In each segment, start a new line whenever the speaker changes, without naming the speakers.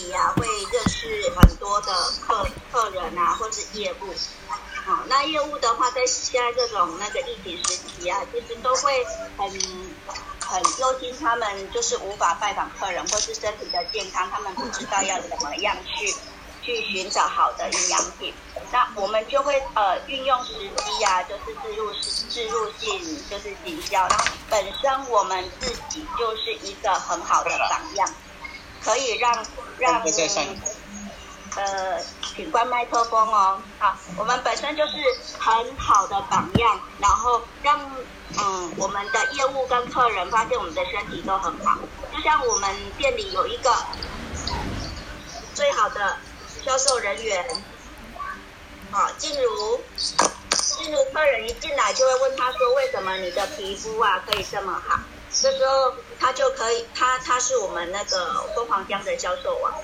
里啊，会认识很多的客人啊，或是业务。那业务的话，在现在这种那个疫情时期啊，其实都会很忧心，他们就是无法拜访客人，或是身体的健康，他们不知道要怎么样去寻找好的营养品。那我们就会运用时机啊，就是置入性就是行销。然后本身我们自己就是一个很好的榜样，可以让请关麦克风哦。好，我们本身就是很好的榜样，然后让我们的业务跟客人发现我们的身体都很好。就像我们店里有一个最好的销售人员，静茹客人一进来就会问他说，为什么你的皮肤啊可以这么好？这时候他就可以，他是我们那个凤凰浆的销售网。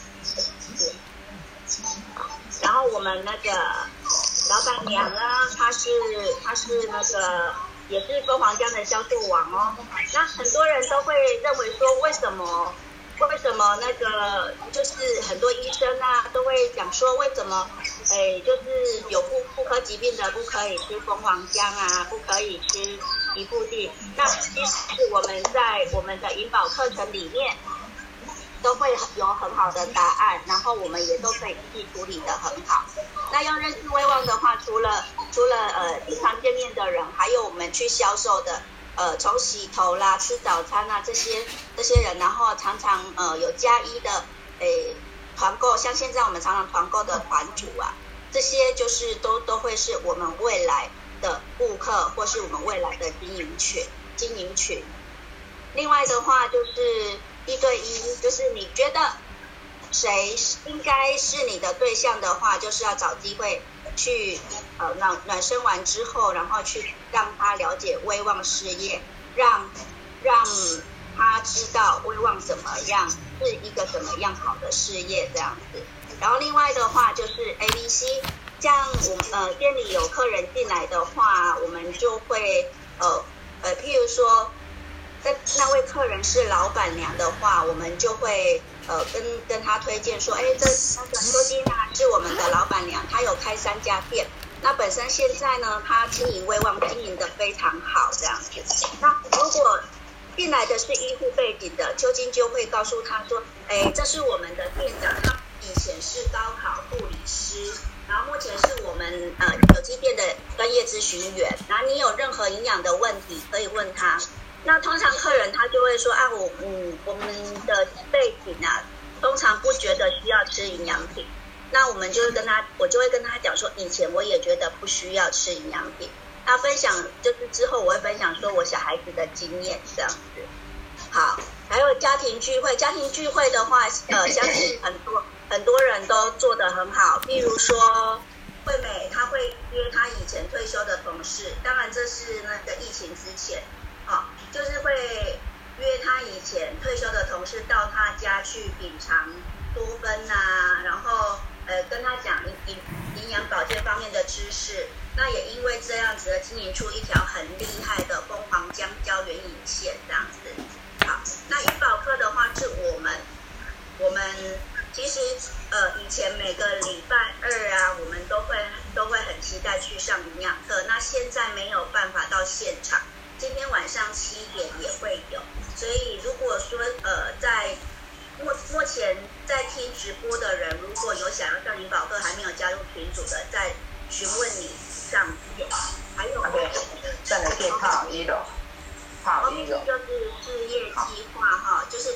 然后我们那个老板娘呢，她是那个也是凤凰浆的销售网哦。那很多人都会认为说，为什么那个就是很多医生啊都会讲说，为什么就是有妇科疾病的不可以吃凤凰浆啊，不可以吃皮肤地。那其实我们在我们的银保课程里面都会有很好的答案，然后我们也都可以一起处理得很好。那要认识威旺的话，除了经常见面的人，还有我们去销售的从洗头啦、吃早餐啊这些人，然后常常有加一的团购，像现在我们常常团购的团主啊，这些就是都会是我们未来的顾客，或是我们未来的经营群。另外的话就是1对1，就是你觉得谁应该是你的对象的话，就是要找机会去暖身完之后，然后去让他了解威旺事业，让他知道威旺怎么样是一个怎么样好的事业这样子。然后另外的话就是 ABC， 像我们店里有客人进来的话，我们就会譬如说那位客人是老板娘的话，我们就会跟他推荐说，那个邱金娜是我们的老板娘，她有开3家店。那本身现在呢，她经营威旺经营的非常好这样子。那如果进来的是医护背景的，邱金就会告诉他说，这是我们的店长，他以前是高考护理师，然后目前是我们有机店的专业咨询员，然后你有任何营养的问题可以问他。那通常客人他就会说我们的背景啊，通常不觉得需要吃营养品。那我就会跟他讲说，以前我也觉得不需要吃营养品。那分享就是之后我会分享说我小孩子的经验这样子。好，还有家庭聚会的话，相信很多人都做得很好。譬如说惠美，她会约她以前退休的同事，当然这是那个疫情之前。就是会约他以前退休的同事到他家去品尝多酚啊，然后跟他讲营养保健方面的知识。那也因为这样子的经营出一条很厉害的凤凰浆胶原饮线这样子。好，那银保课的话是我们其实以前每个礼拜2啊，我们都会很期待去上营养课。那现在没有办法到现场。今天晚上7点也会有，所以如果说在目前在听直播的人，如果有想要上银保课还没有加入群组的，再询问你上线。还有
上个线泡1楼，
就是事业计划就是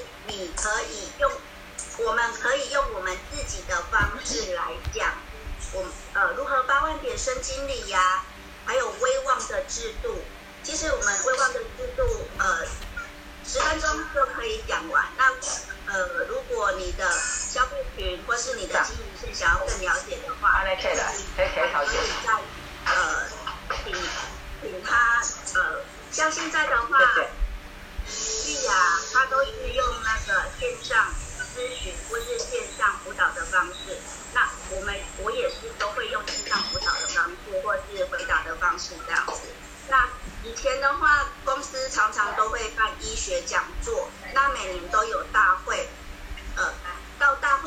我们可以用我们自己的方式来讲，如何8万点升经理呀，还有威旺的制度。其实我们威旺的制度，10分钟就可以讲完。那如果你的消费群或是你的经营是想要更了解的话，可以再请他像现在的话，玉雅他都是用那个线上咨询或是线上辅导的方式。那我也是都会用线上辅导的方式或是回答的方式这样子。那以前的话，公司常常都会办医学讲座，那每年都有大会，到大会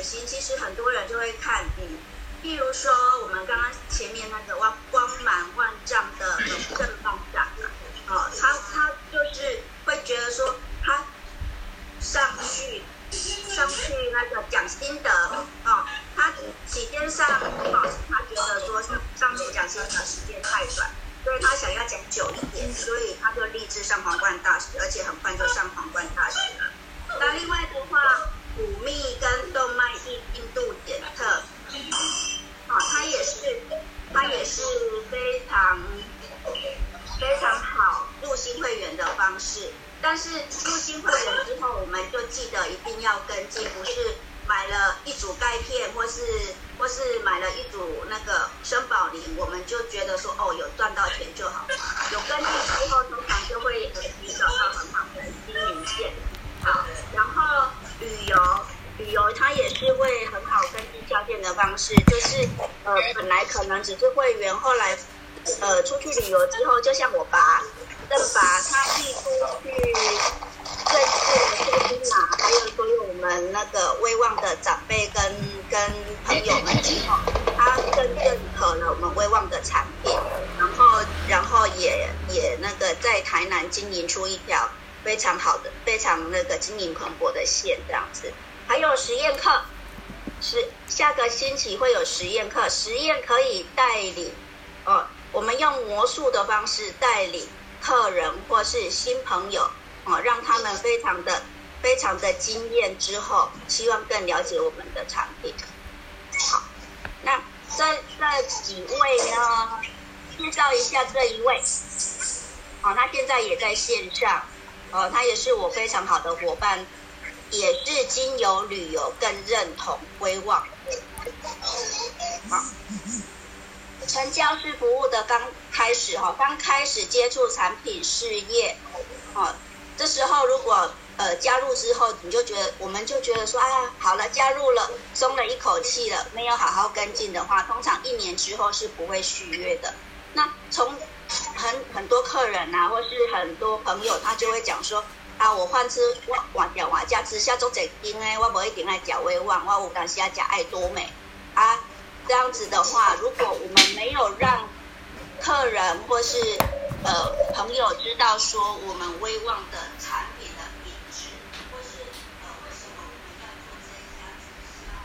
心，其实很多人就会看譬如说我们刚刚前面那个光满万丈的正方丈他就是会觉得说他上去那个讲心得他起先上他觉得说上去讲心得时间太短，所以他想要讲久一点，所以他就立志上皇冠大使，而且很快就上皇冠大使了。那另外的话，骨密跟动脉硬度检测，它也是非常非常好入新会员的方式。但是入新会员之后，我们就记得一定要跟进，不是买了一组钙片，或是买了一组那个生保灵，我们就觉得说有赚到钱就好。有跟进之后，通常就会提早到很好的经营线。好，然后旅游它也是会很好跟进教练的方式，就是本来可能只是会员，后来出去旅游之后，就像我爸正爸他一出去认识了周金马，还有所有我们那个威望的长辈跟朋友们之后，他更认可了我们威望的产品，然后也那个在台南经营出一条非常好的、非常那个经营蓬勃的线这样子。还有实验课，下个星期会有实验课，实验可以带领我们用魔术的方式带领客人或是新朋友让他们非常的惊艳之后，希望更了解我们的产品。好，那这几位呢，介绍一下这一位他现在也在线上他也是我非常好的伙伴，也是经由旅游更认同威望。好，成交式服务的刚开始接触产品事业这时候如果加入之后，我们就觉得说好了，加入了，松了一口气了，没有好好跟进的话，通常1年之后是不会续约的。那从很多客人或是很多朋友，他就会讲说我换吃换家吃下做这间我不一定爱吃威旺，我有当时要吃爱多美这样子的话，如果我们没有让客人或是朋友知道说我们威旺的产品的品质，或是为什么我们要做这一家直销，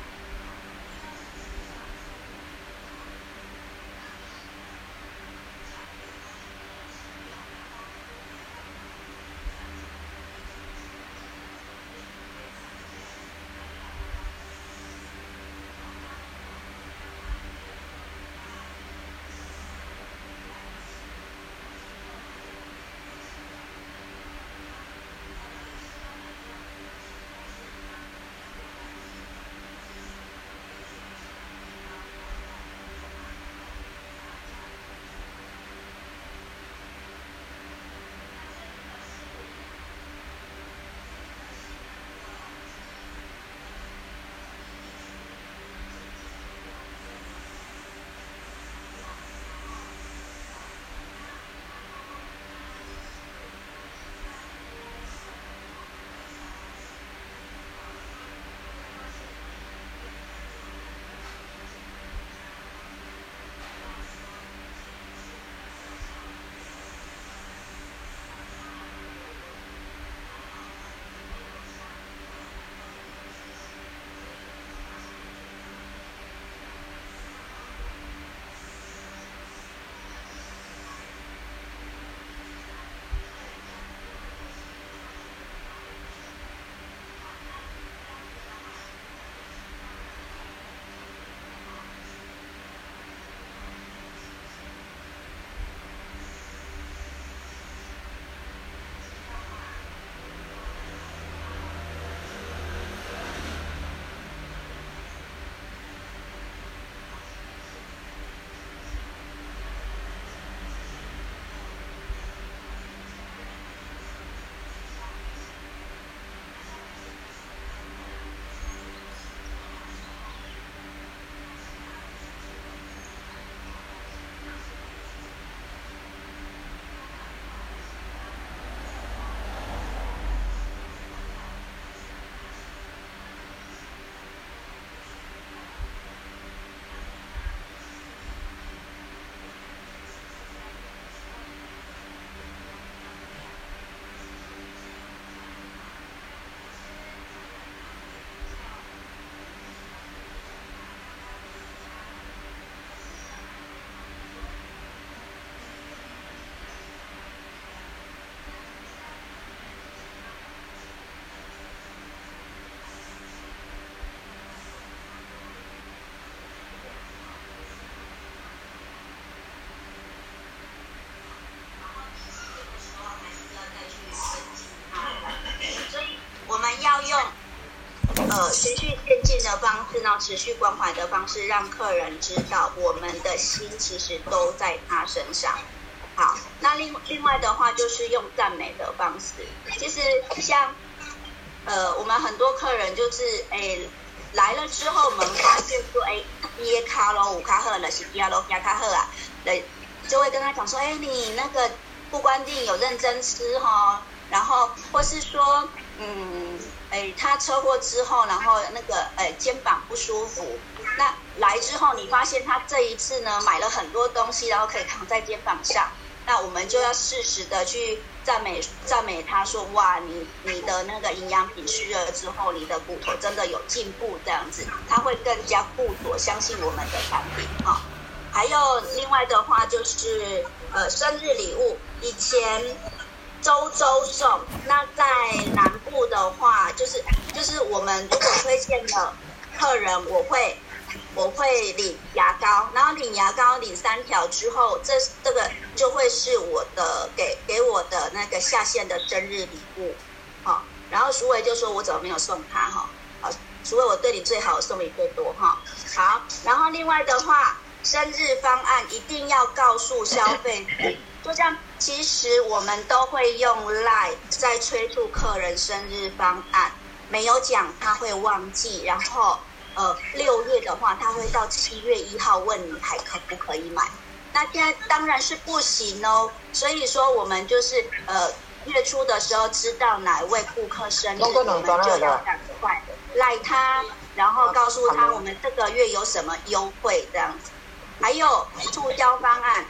循序渐进的方式，然后持续关怀的方式，让客人知道我们的心其实都在他身上。好，那另外的话就是用赞美的方式。其实像我们很多客人就是来了之后，我们发现说耶卡咯有卡好了，是耶咯耶卡好啊，就会跟他讲说，你那个不关定有认真吃哈，然后或是说他车祸之后，然后那个肩膀不舒服，那来之后你发现他这一次呢买了很多东西，然后可以扛在肩膀上，那我们就要适时的去赞美他说，哇，你的那个营养品吃了之后，你的骨头真的有进步，这样子他会更加固着相信我们的产品哈。还有另外的话就是生日礼物，以前周送，那在南部的话，就是我们如果推荐的客人，我会领牙膏，然后领牙膏领3条之后，这个就会是我的给我的那个下线的生日礼物，好，然后淑伟就说我怎么没有送他哈，好，淑伟我对你最好，送你最多哈，好，然后另外的话，生日方案一定要告诉消费者。就像其实我们都会用 LINE 在催促客人生日方案，没有讲他会忘记，然后6月的话他会到7月1号问你还可不可以买，那现在当然是不行哦，所以说我们就是月初的时候知道哪一位顾客生日，我们就要赶快赖他，然后告诉他我们这个月有什么优惠这样子，还有促销方案。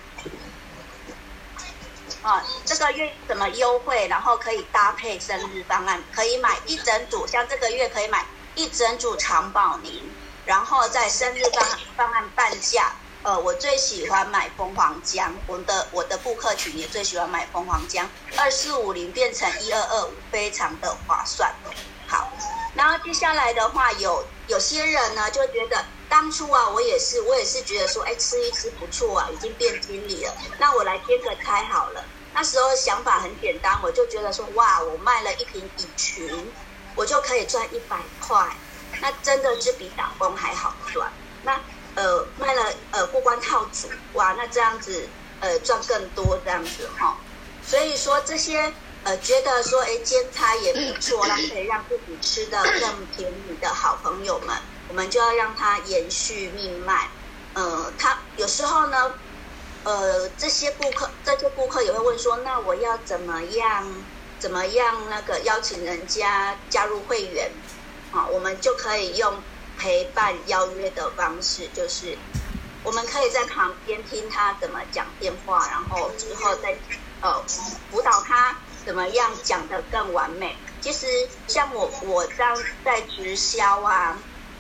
这个月怎么优惠，然后可以搭配生日方案，可以买一整组，像这个月可以买一整组长保宁，然后在生日方案半价。我最喜欢买蜂皇浆，我的顾客群也最喜欢买蜂皇浆，2450变成1225，非常的划算。好，然后接下来的话，有些人呢就觉得当初啊，我也是觉得说，吃一吃不错啊，已经变经理了，那我来兼个差好了。那时候想法很简单，我就觉得说，哇，我卖了一瓶乙醛，我就可以赚100块，那真的是比打工还好赚。那卖了过关套组，哇，那这样子赚更多这样子哈。所以说这些觉得说兼差也不错，可以让自己吃得更便宜的好朋友们，我们就要让他延续命脉。他有时候呢，这些顾客也会问说，那我要怎么样那个邀请人家加入会员？我们就可以用陪伴邀约的方式，就是我们可以在旁边听他怎么讲电话，然后之后再辅导他怎么样讲得更完美。其实像我这样在直销啊，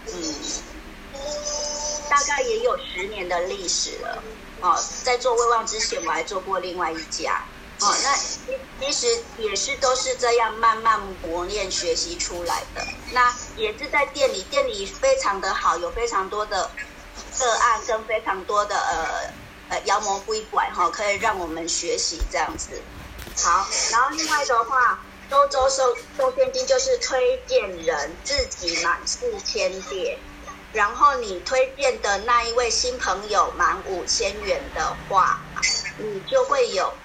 大概也有10年的历史了。在做威旺之前，我还做过另外一家。那其实也是都是这样慢慢磨练学习出来的。那也是在店里非常的好，有非常多的个案跟非常多的妖魔鬼怪可以让我们学习这样子。好，然后另外的话，周收现金就是推荐人自己满4000点，然后你推荐的那一位新朋友满5000元的话，你就会有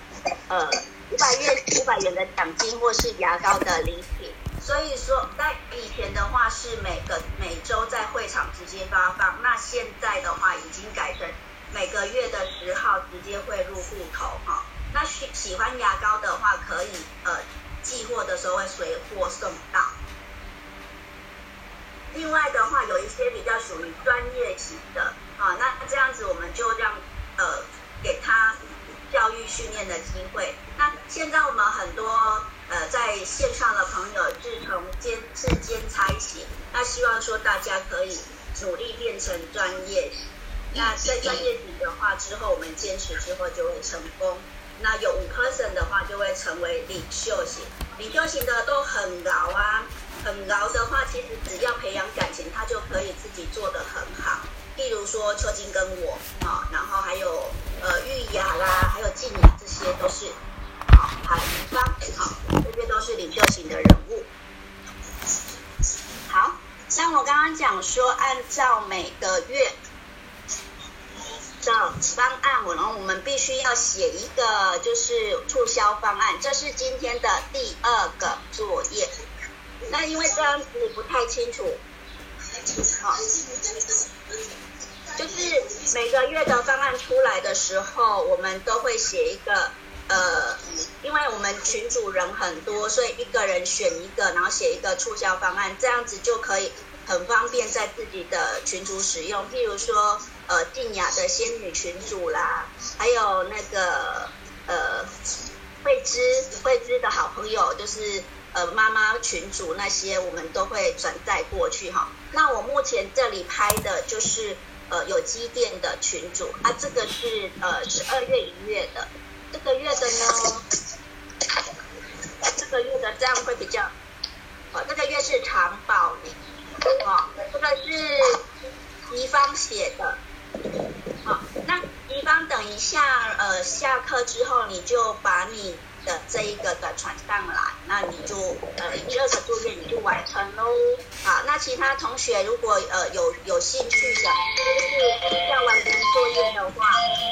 500元的奖金或是牙膏的礼品。所以说在以前的话是每周在会场直接发放，那现在的话已经改成每个月的10号直接汇入户头哈。那喜欢牙膏的话，可以寄货的时候会随货送到。另外的话，有一些比较属于专业型的那这样子我们就让给他教育训练的机会。那现在我们很多在线上的朋友是从兼差型，那希望说大家可以努力变成专业型。那在专业型的话之后，我们坚持之后就会成功。那有5% 的话就会成为领袖型，领袖型的都很牢啊，很牢的话，其实只要培养感情，他就可以自己做得很好。例如说邱金跟我然后还有玉雅啦，还有静雅，这些都是海方这些都是领袖型的人物。好，那刚讲说按照每个月的方案，然后我们必须要写一个就是促销方案，这是今天的第2个作业。那因为这样子不太清楚，就是每个月的方案出来的时候，我们都会写一个因为我们群组人很多，所以一个人选一个，然后写一个促销方案，这样子就可以很方便在自己的群组使用。譬如说静雅的仙女群组啦，还有那个慧芝的好朋友就是妈妈群组那些，我们都会转载过去哈。那我目前这里拍的就是有机电的群组啊，这个是12月1月的，这个月的呢，这个月的这样会比较，这个月是长保龄，这个是宜芳写的，那宜芳等一下下课之后，你就把你的这一个的传上来，那你就第2个作业你就完成喽。好，那其他同学如果有兴趣的，就是要完成作业的话，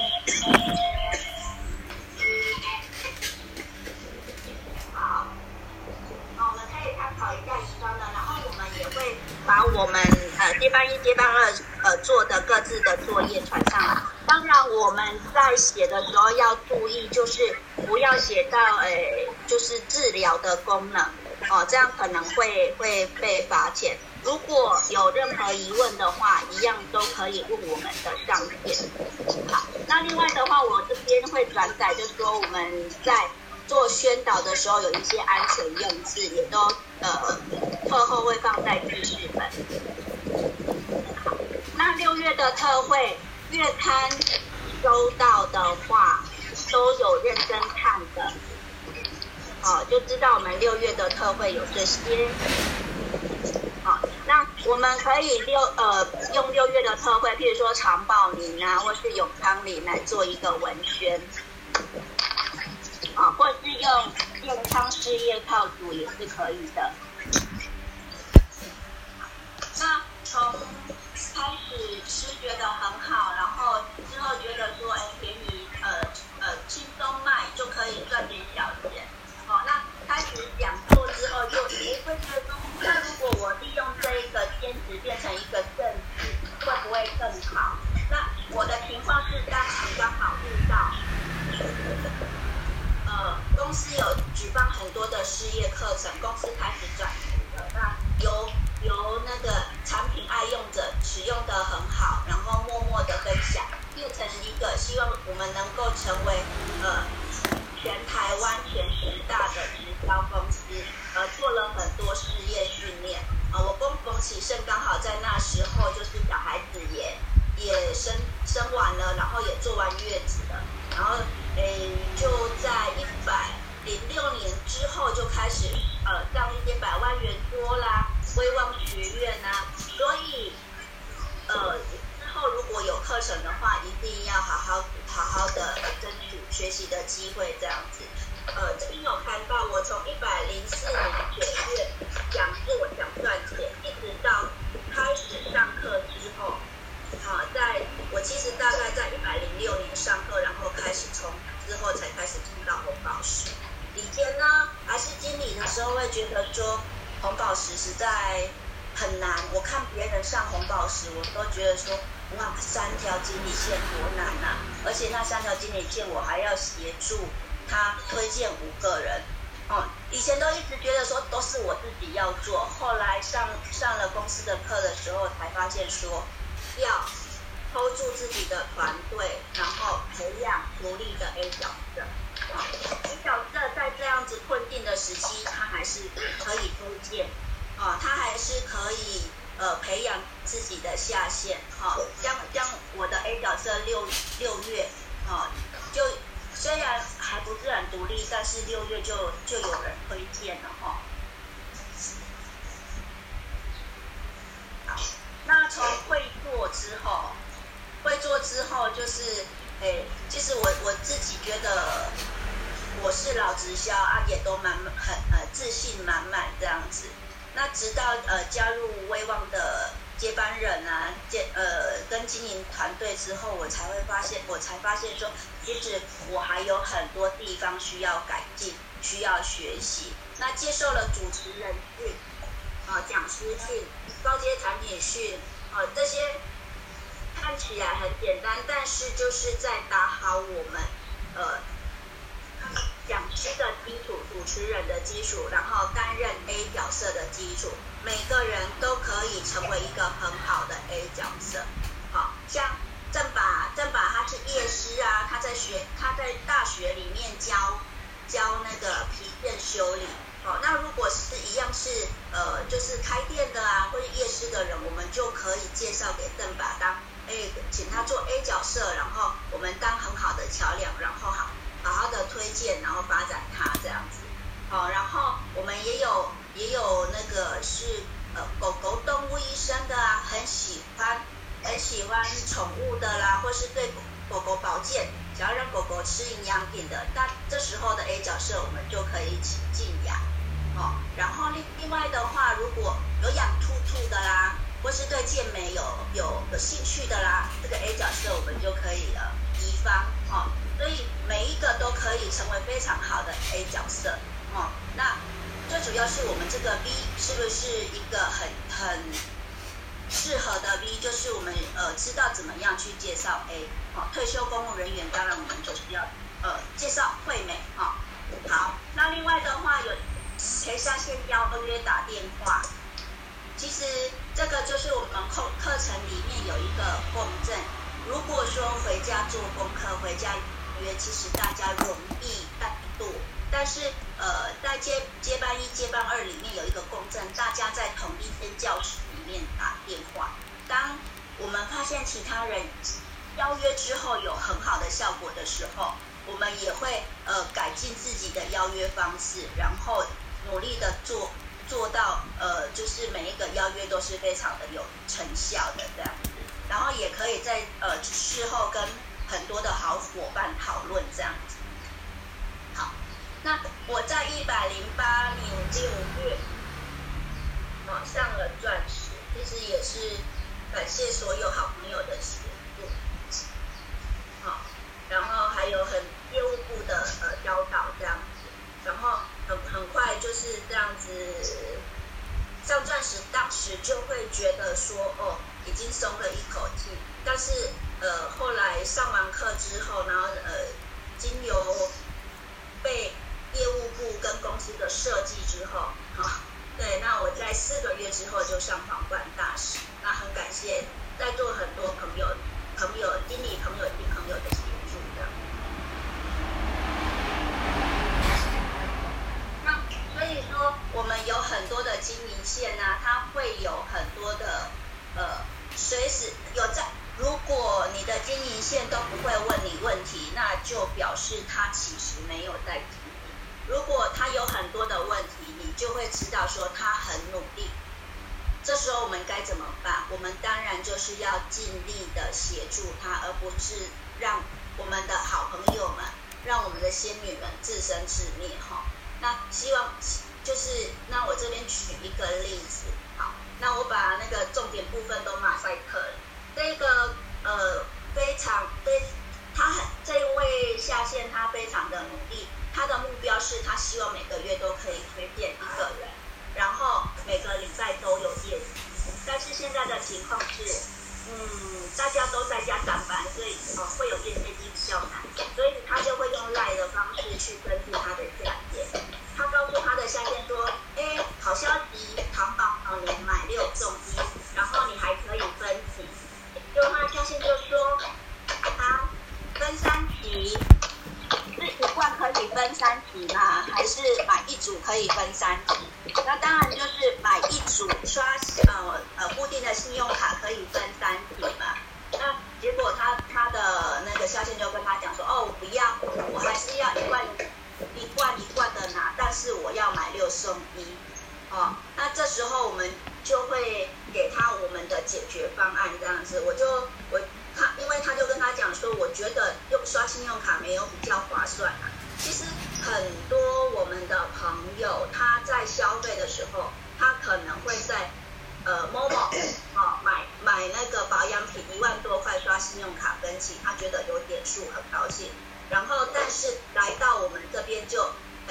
好，我们可以参考一下宜芳的，然后我们也会把我们接班1、接班2做的各自的作业传上来。当然我们在写的时候要注意，就是不要写到就是治疗的功能这样可能会被罚钱。如果有任何疑问的话，一样都可以问我们的上线。好，那另外的话，我这边会转载，就是说我们在做宣导的时候有一些安全用字，也都课后会放在记事本。好，那6月的特惠月刊收到的话，都有认真看的，就知道我们6月的特惠有这些。好，那我们可以用6月的特惠，譬如说长保龄啊，或是永康龄来做一个文宣，或是用健康事业套组也是可以的。那从开始吃觉得很好，然后之后觉得说便宜轻松卖就可以赚点小钱，那开始讲座之后就会觉得说，那如果我利用这一个兼职变成一个正职，会不会更好？那我的情况是当时刚好遇到公司有举办很多的事业课程，公司开始转型了，那由那个产品爱用者使用的很好，然后默默的分享，变成一个希望我们能够成为全台湾前10大的直销公司，做了很多事业训练。我恭喜盛刚好在那时候就是小孩子也生完了，然后也做完月子了，然后就在106年之后就开始上一些百万元桌啦、威望学院啊，所以之后如果有课程的话，一定要好好的争取学习的机会，这样子。这边有看到我从104年9月讲座讲赚钱，一直到开始上课之后，我其实大概在106年上课，然后开始之后才开始听到红宝石。以前呢还是经理的时候会觉得说红宝石实在很难，我看别人上红宝石，我都觉得说哇，3条经理线多难啊！而且那3条经理线我还要协助他推荐5个人，以前都一直觉得说都是我自己要做，后来上了公司的课的时候，才发现说要 hold 住自己的团队，然后培养独立的 A 角色。A 角色在这样子困境的时期，他还是可以推荐，他还是可以培养自己的下线，像我的 A 角色6月，就虽然还不是很独立，但是6月就有人推荐了哈。好，那从会做之后就是，其实我自己觉得我是老直销也都自信满满这样子。那直到加入威望的经营团队之后，我才发现说，其实我还有很多地方需要改进，需要学习。那接受了主持人训，讲师训、高阶产品训，这些看起来很简单，但是就是在打好我们讲师的基础、主持人的基础，然后担任 A 角色的基础，每个人都可以成为一个很好的 A 角色。好，像正把他是业师啊，他在大学里面教那个皮件修理。那如果是一样是就是开店的啊，或者业师的人，我们就可以介绍给正把当请他做 A 角色，然后我们当很好的桥梁，然后好好的推荐，然后发展他这样子。然后我们也有那个是狗狗动物医生的啊，很喜欢宠物的啦，或是对狗狗保健，想要让狗狗吃营养品的，那这时候的 A 角色我们就可以请静雅。然后另外的话，如果有养兔兔的啦，或是对健美有兴趣的啦，这个 A 角色我们就可以移方。所以每一个都可以成为非常好的 A 角色。那最主要是我们这个 B 是不是一个很适合的 B， 就是我们知道怎么样去介绍 A。退休公务人员当然我们就是要介绍惠美。好，那另外的话有陪下线邀约打电话，其实这个就是我们课程里面有一个共振。如果说回家做功课，回家约，其实大家容易怠惰，但是在接班一、接班二里面有一个共振，大家在同一间教室里面打电话。当我们发现其他人邀约之后有很好的效果的时候，我们也会改进自己的邀约方式，然后努力的做到就是每一个邀约都是非常的有成效的这样子，然后也可以在事后跟很多的好伙伴讨论这样子。好，那我在108年金5月上了钻石，其实也是感谢所有好朋友的协助。然后还有业务部的教导这样子，然后很快就是这样子上钻石，当时就会觉得说已经松了一口气，但是后来上完课之后，然后经由被业务部跟公司的设计之后，对，那我在4个月之后就上皇冠大使，那很感谢在座很多朋友、经理朋友、亲朋友的协助的。那所以说，我们有很多的经营线啊，它会有很多的随时有在。如果你的经营线都不会问你问题，那就表示他其实没有在经营。如果他有很多的问题，你就会知道说他很努力。这时候我们该怎么办？我们当然就是要尽力的协助他，而不是让我们的好朋友们、让我们的仙女们自生自灭哈。那希望就是那我这边举一个例子，好，那我把那个重点部分都马赛克了。这个这位下线他非常的努力，他的目标是他希望每个月都可以推荐1个人，然后每个礼拜都有业绩。但是现在的情况是，大家都在家上班，所以会有业绩比较难，所以他就会用LINE的方式去登记他的下线。他告诉他的下线说，好消息，淘宝你买6送1，然后你还可以分期。就他的下线就说，分3期，是1罐可以分3期吗？还是买1组可以分3期？那当然就是买1组刷固定的信用卡可以分3期嘛。那结果他的那个下线就跟他讲说，我不要，我还是要一罐的拿，但是我要买6送1。那这时候我们就会给他我们的解决方案这样子。因为他就跟他讲说，我觉得用刷信用卡没有比较划算啊。其实很多我们的朋友他在消费的时候，他可能会在某买那个保养品1万多块信用卡分期，他觉得有点数很高兴。然后但是来到我们这边就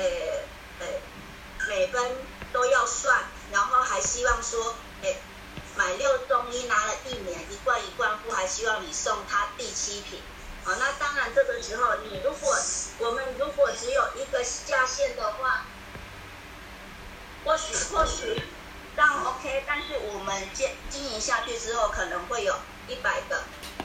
每分都要算，然后还希望说买6送1拿了1年1罐1罐付，还希望你送他第7瓶。好，那当然这个时候我们如果只有一个下线的话，或许这样 OK， 但是我们经营下去之后，可能会有100个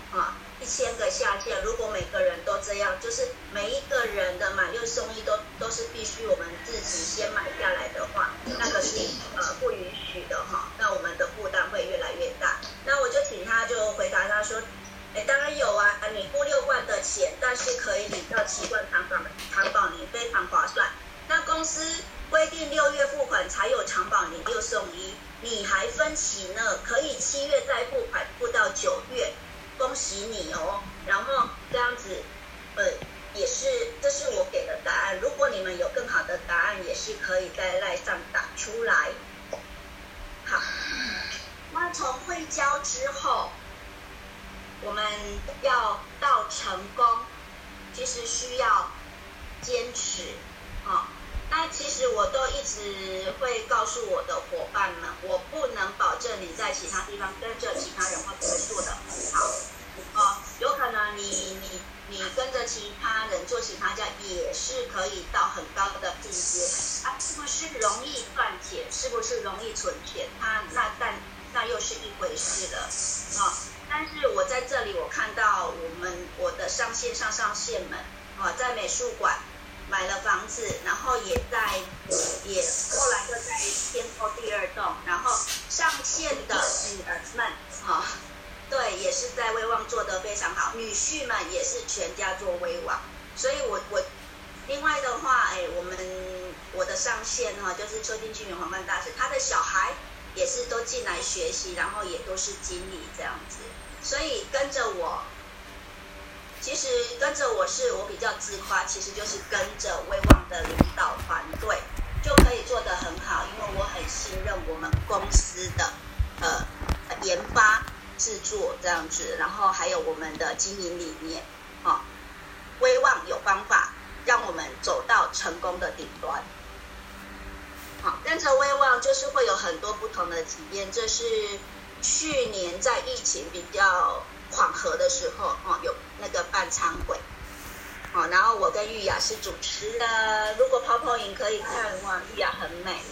1000个下线。如果每个人都这样，就是每一个人的买6送1都是必须我们自己先买下来的话，那个是不允许的哈。那我们的负担会越来越大。那我就请他就回答他说，当然有啊，你付6罐的钱，但是可以领到7罐糖宝年，非常划算。那公司规定6月付款才有糖宝年6送1，你还分期呢，可以7月再付款，付到9月，恭喜你哦。然后这样子，这是我给的答案。如果你们有更好的答案，也是可以在LINE上打出来。好，那从会教之后，我们要到成功，其实需要坚持那其实我都一直会告诉我的伙伴们，我不能保证你在其他地方跟着其他人会不会做得很好有可能你跟着其他人做其他家也是可以到很高的境界是不是容易赚钱，是不是容易存钱，那又是一回事了但是我在这里我看到我的上线们在美术馆买了房子，然后也后来又在添购第2栋，然后上线的女儿们对，也是在威旺做得非常好，女婿们也是全家做威旺，所以我另外的话我的上线就是邱金军黄冠大师，他的小孩也是都进来学习，然后也都是经理这样子，所以跟着我。其实跟着我比较自夸，其实就是跟着威旺的领导团队就可以做得很好，因为我很信任我们公司的研发制作这样子，然后还有我们的经营理念威旺有方法让我们走到成功的顶端。跟着威旺就是会有很多不同的体验，这是去年在疫情比较缓和的时候有那个办餐会然后我跟玉雅是主持的，如果跑跑影可以看的话，玉雅很美。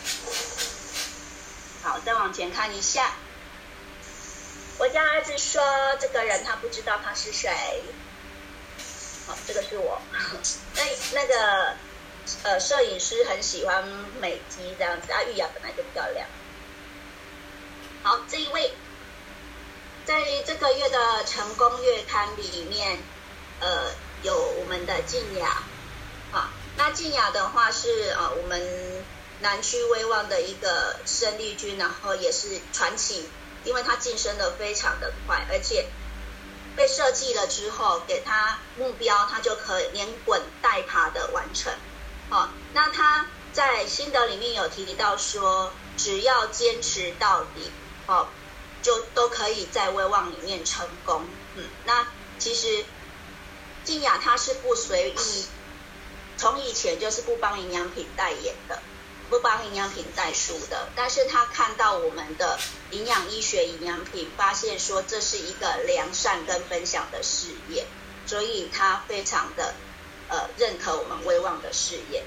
好，再往前看一下，我家儿子说这个人他不知道他是谁这个是我那个摄影师很喜欢美肌这样子玉雅本来就漂亮。好，这一位在这个月的成功月刊里面有我们的静雅那静雅的话是我们南区威旺的一个生力军，然后也是传奇，因为他晋升的非常的快，而且被设计了之后给他目标，他就可以连滚带爬的完成那他在心得里面有提到说，只要坚持到底就都可以在威旺里面成功那其实静雅她是不随意，从以前就是不帮营养品代言的，不帮营养品代书的，但是她看到我们的营养医学营养品，发现说这是一个良善跟分享的事业，所以她非常的认可我们威旺的事业。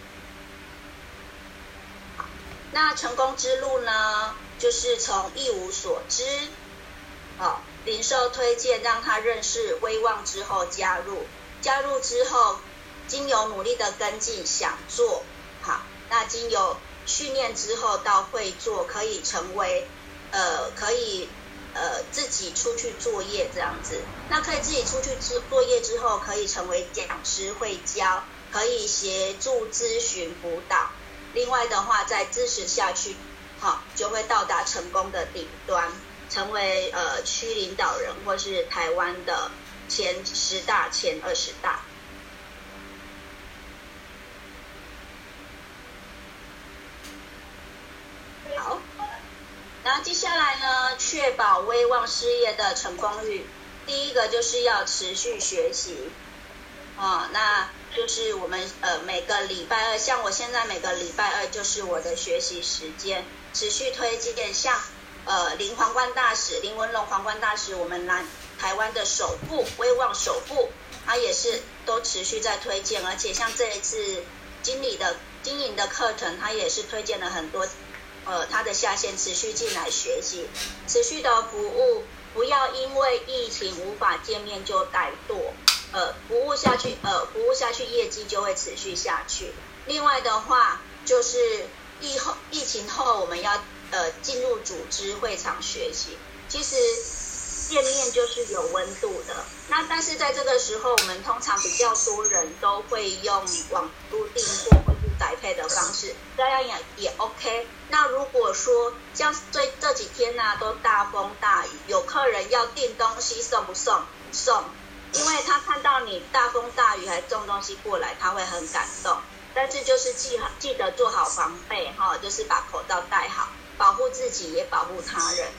那成功之路呢，就是从一无所知零售推荐让他认识威旺之后加入之后经由努力的跟进想做那经由训练之后到会做，可以成为可以自己出去作业这样子，那可以自己出去作业之后可以成为讲师会教，可以协助咨询辅导，另外的话再支持下去就会到达成功的顶端，成为区领导人或是台湾的前10大前20大。好，然后接下来呢，确保威旺事业的成功率。
第一个就是要持续学习，那就是我们每个礼拜二，像我现在每个礼拜二就是我的学习时间，持续推荐像林皇冠大使林文龙皇冠大使，我们台湾的首部威望首部，他也是都持续在推荐，而且像这一次经营的课程，他也是推荐了很多他的下线持续进来学习，持续的服务，不要因为疫情无法见面就怠惰，服务下去业绩就会持续下去。另外的话就是疫情后我们要进入组织会场学习，其实见面就是有温度的。那但是在这个时候，我们通常比较多人都会用网络订货或是宅配的方式，这样也 OK。那如果说像这几天呢，都大风大雨，有客人要订东西送不送？送，因为他看到你大风大雨还送东西过来，他会很感动。但是就是记得做好防备哈，就是把口罩戴好，保护自己也保护他人。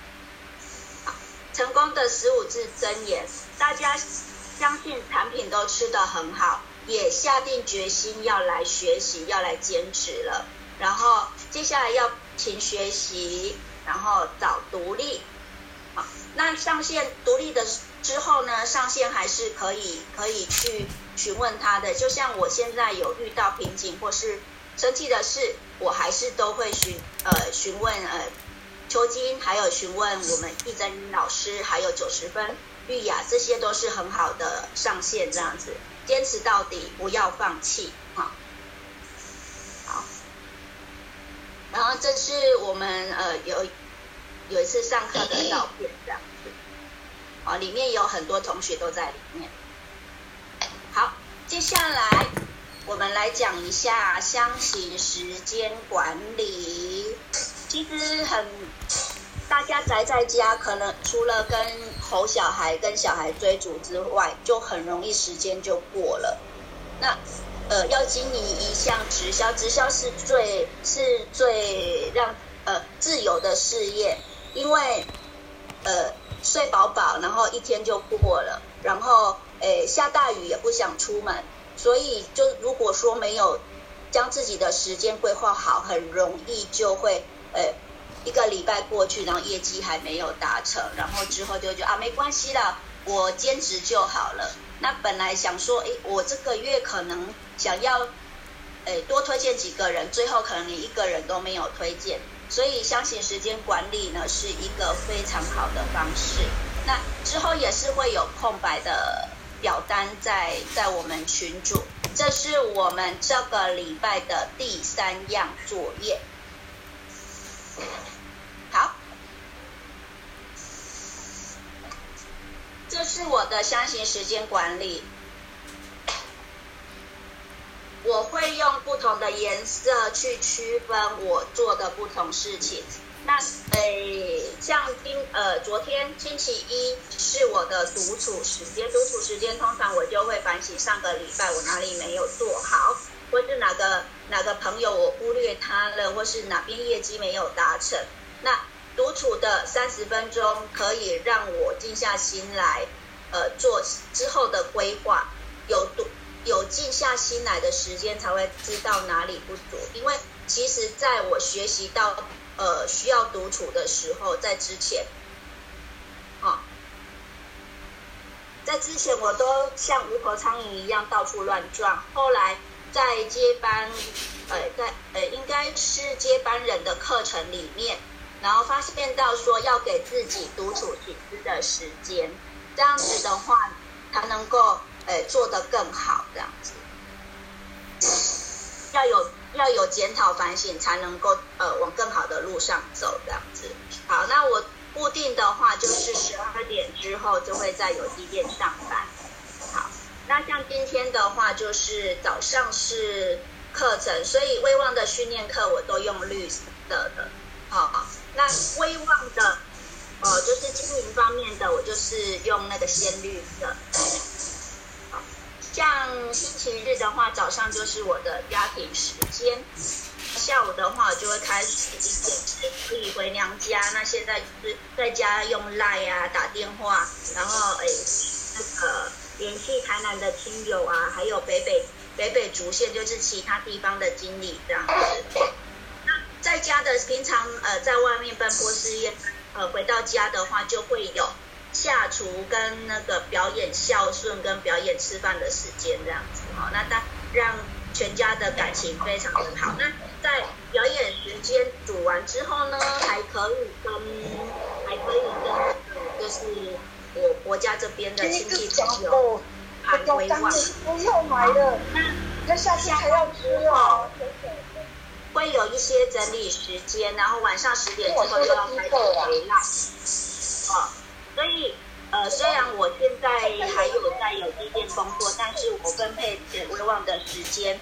成功的15字真言，大家相信产品都吃得很好，也下定决心要来学习，要来坚持了。然后接下来要勤学习，然后早独立。那上线独立的之后呢，上线还是可以去询问他的。就像我现在有遇到瓶颈或是生气的事，我还是都会询问邱金，还有询问我们易真英老师，还有90分玉雅，这些都是很好的上线，这样子坚持到底，不要放弃好。然后这是我们有一次上课的照片，这样子，里面有很多同学都在里面。好，接下来我们来讲一下箱型时间管理。其实大家宅在家，可能除了跟吼小孩、跟小孩追逐之外，就很容易时间就过了。那要经营一项直销，直销是最让自由的事业，因为睡饱饱，然后一天就过了，然后下大雨也不想出门，所以就如果说没有将自己的时间规划好，很容易就会一个礼拜过去，然后业绩还没有达成，然后之后就觉得没关系啦，我兼职就好了。那本来想说我这个月可能想要多推荐几个人，最后可能连一个人都没有推荐，所以箱型时间管理呢是一个非常好的方式。那之后也是会有空白的表单在我们群组，这是我们这个礼拜的第3样作业。好，这是我的箱型时间管理，我会用不同的颜色去区分我做的不同事情。那像昨天星期一是我的独处时间，独处时间通常我就会反省上个礼拜我哪里没有做好，或是哪个朋友我忽略他了，或是哪边业绩没有达成。那独处的30分钟可以让我静下心来做之后的规划，有静下心来的时间才会知道哪里不足。因为其实在我学习到需要独处的时候，在之前我都像无头苍蝇一样到处乱撞，后来在接班应该是接班人的课程里面，然后发现到说要给自己独处醒思的时间，这样子的话才能够做得更好，这样子要有检讨反省，才能够往更好的路上走，这样子。好，那我固定的话就是12点之后就会在有机店上班。好，那像今天的话就是早上是课程，所以威望的训练课我都用绿色的。好，那威望的就是经营方面的，我就是用那个鲜绿色。好，像星期日的话，早上就是我的家庭时间，下午的话我就会开始一点可以回娘家，那现在就是在家用 LINE 啊打电话，然后那个联系台南的亲友啊，还有北北竹县就是其他地方的经理这样子。那在家的平常在外面奔波事业，回到家的话就会有下厨跟那个表演孝顺跟表演吃饭的时间这样子哦，那让全家的感情非常的好。那在表演时间煮完之后呢，还可以跟就是我家这边的亲戚朋友喊回望。
不用买的，那下次还要吃哦。
会有一些整理时间，然后晚上10点之后又要开始回来。哦，所以虽然我现在还有在有机店工作，但是我分配给威望的时间，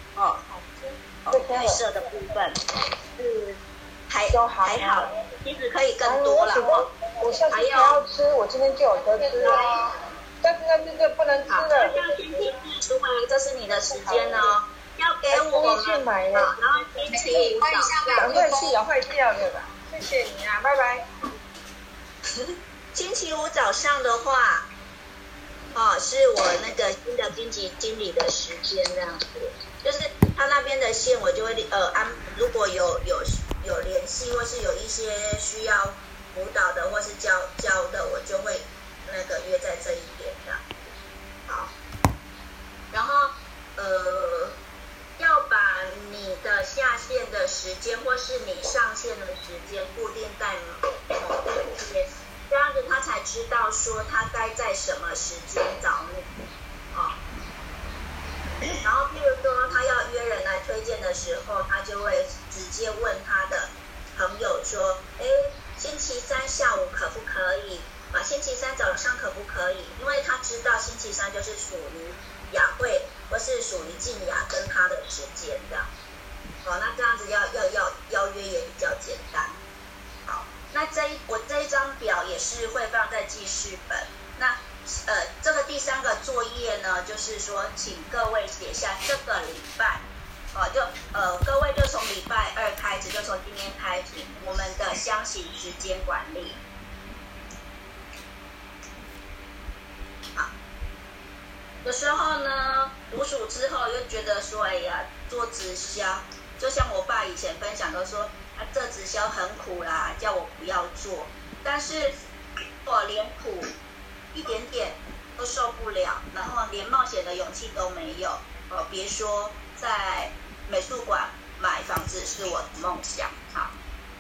预设的部分是还好，其实可以更多了。
我下次还要吃，我今天就有得吃啊。但是这不能吃了。
像星期四，如果这是你的时间呢，要给我们
去买了，
然后星期五早上。
赶快去啊，坏掉了吧？谢谢你啊，拜拜。
星期五早上的话，是我那个新的经理的时间这样子，就是他那边的线我就会如果有联系或是有一些需要辅导的或是教的，我就会那个约在这一点的。好，然后要把你的下线的时间或是你上线的时间固定在某一天。这样子他才知道说他该在什么时间找你，然后譬如说他要约人来推荐的时候，他就会直接问他的朋友说，星期三下午可不可以？星期三早上可不可以？因为他知道星期三就是属于雅慧或是属于静雅跟他的时间的，那这样子要约也比较简单。那我这一张表也是会放在记事本。那这个第3个作业呢，就是说请各位写下这个礼拜，各位就从礼拜2开始，就从今天开始，我们的箱型时间管理。好，有时候呢，读书之后又觉得说，做直销，就像我爸以前分享都说。这直销很苦啦，叫我不要做。但是我连苦一点点都受不了，然后连冒险的勇气都没有。别说在美术馆买房子是我的梦想。好，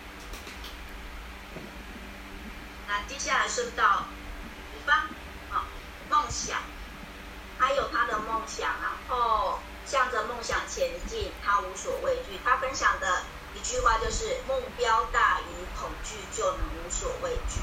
那接下来顺道一方，梦想，他有他的梦想，然后向着梦想前进，他无所畏惧。他分享的一句话就是目标大于恐惧就能无所畏惧。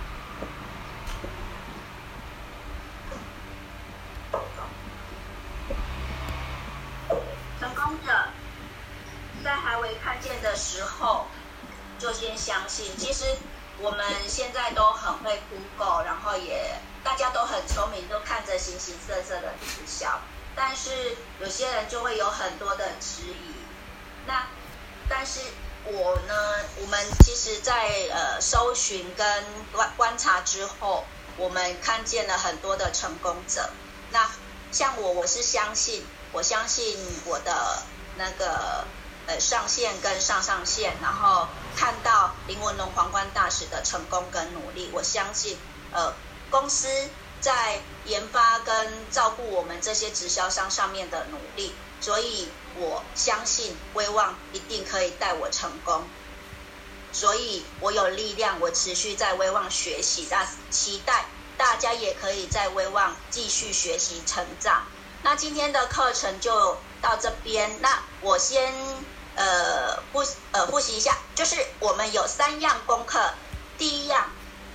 成功者在还未看见的时候就先相信。其实我们现在都很会 Google， 然后大家都很聪明，都看着形形色色的直销，但是有些人就会有很多的质疑。但是我们其实在搜寻跟观察之后，我们看见了很多的成功者。那像我是我相信我的那个上线跟上线，然后看到林文龙皇冠大使的成功跟努力，我相信公司在研发跟照顾我们这些直销商上面的努力，所以我相信威望一定可以带我成功，所以我有力量，我持续在威望学习，期待大家也可以在威望继续学习成长。那今天的课程就到这边，那我先复习一下，就是我们有3样功课。第一样，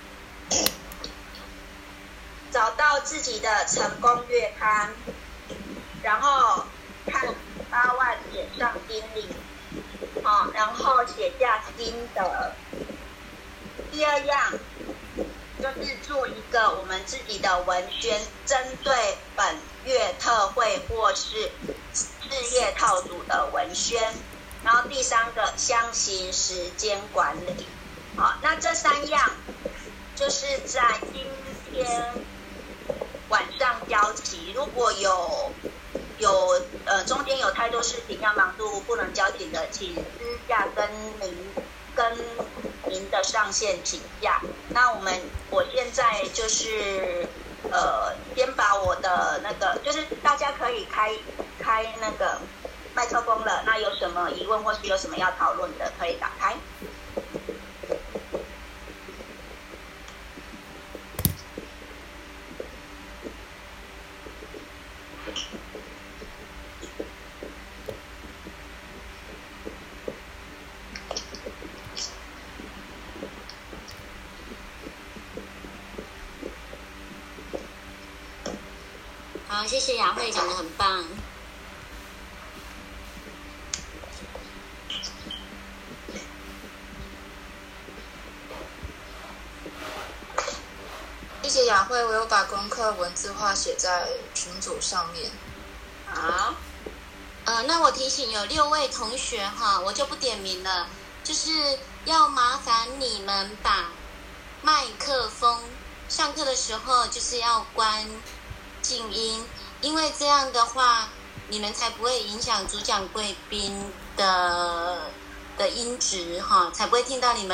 找到自己的成功月刊，然后看8万点上叮咛，然后写下心得。第二样就是做一个我们自己的文宣，针对本月特惠或是事业套组的文宣。 然后第3个箱型时间管理。好，那这3样就是在今天晚上交齐。如果有中间有太多事情要忙碌不能交齐的，请私下跟您的上线请假。那我现在就是先把我的那个，就是大家可以开那个麦克风了。那有什么疑问或是有什么要讨论的，可以打开。
好，谢谢雅慧讲得很棒。
谢谢雅慧，我有把功课文字化写在群组上面。
好，
那我提醒有6位同学哈，我就不点名了，就是要麻烦你们把麦克风上课的时候就是要关静音，因为这样的话你们才不会影响主讲贵宾的音质哈，才不会听到你们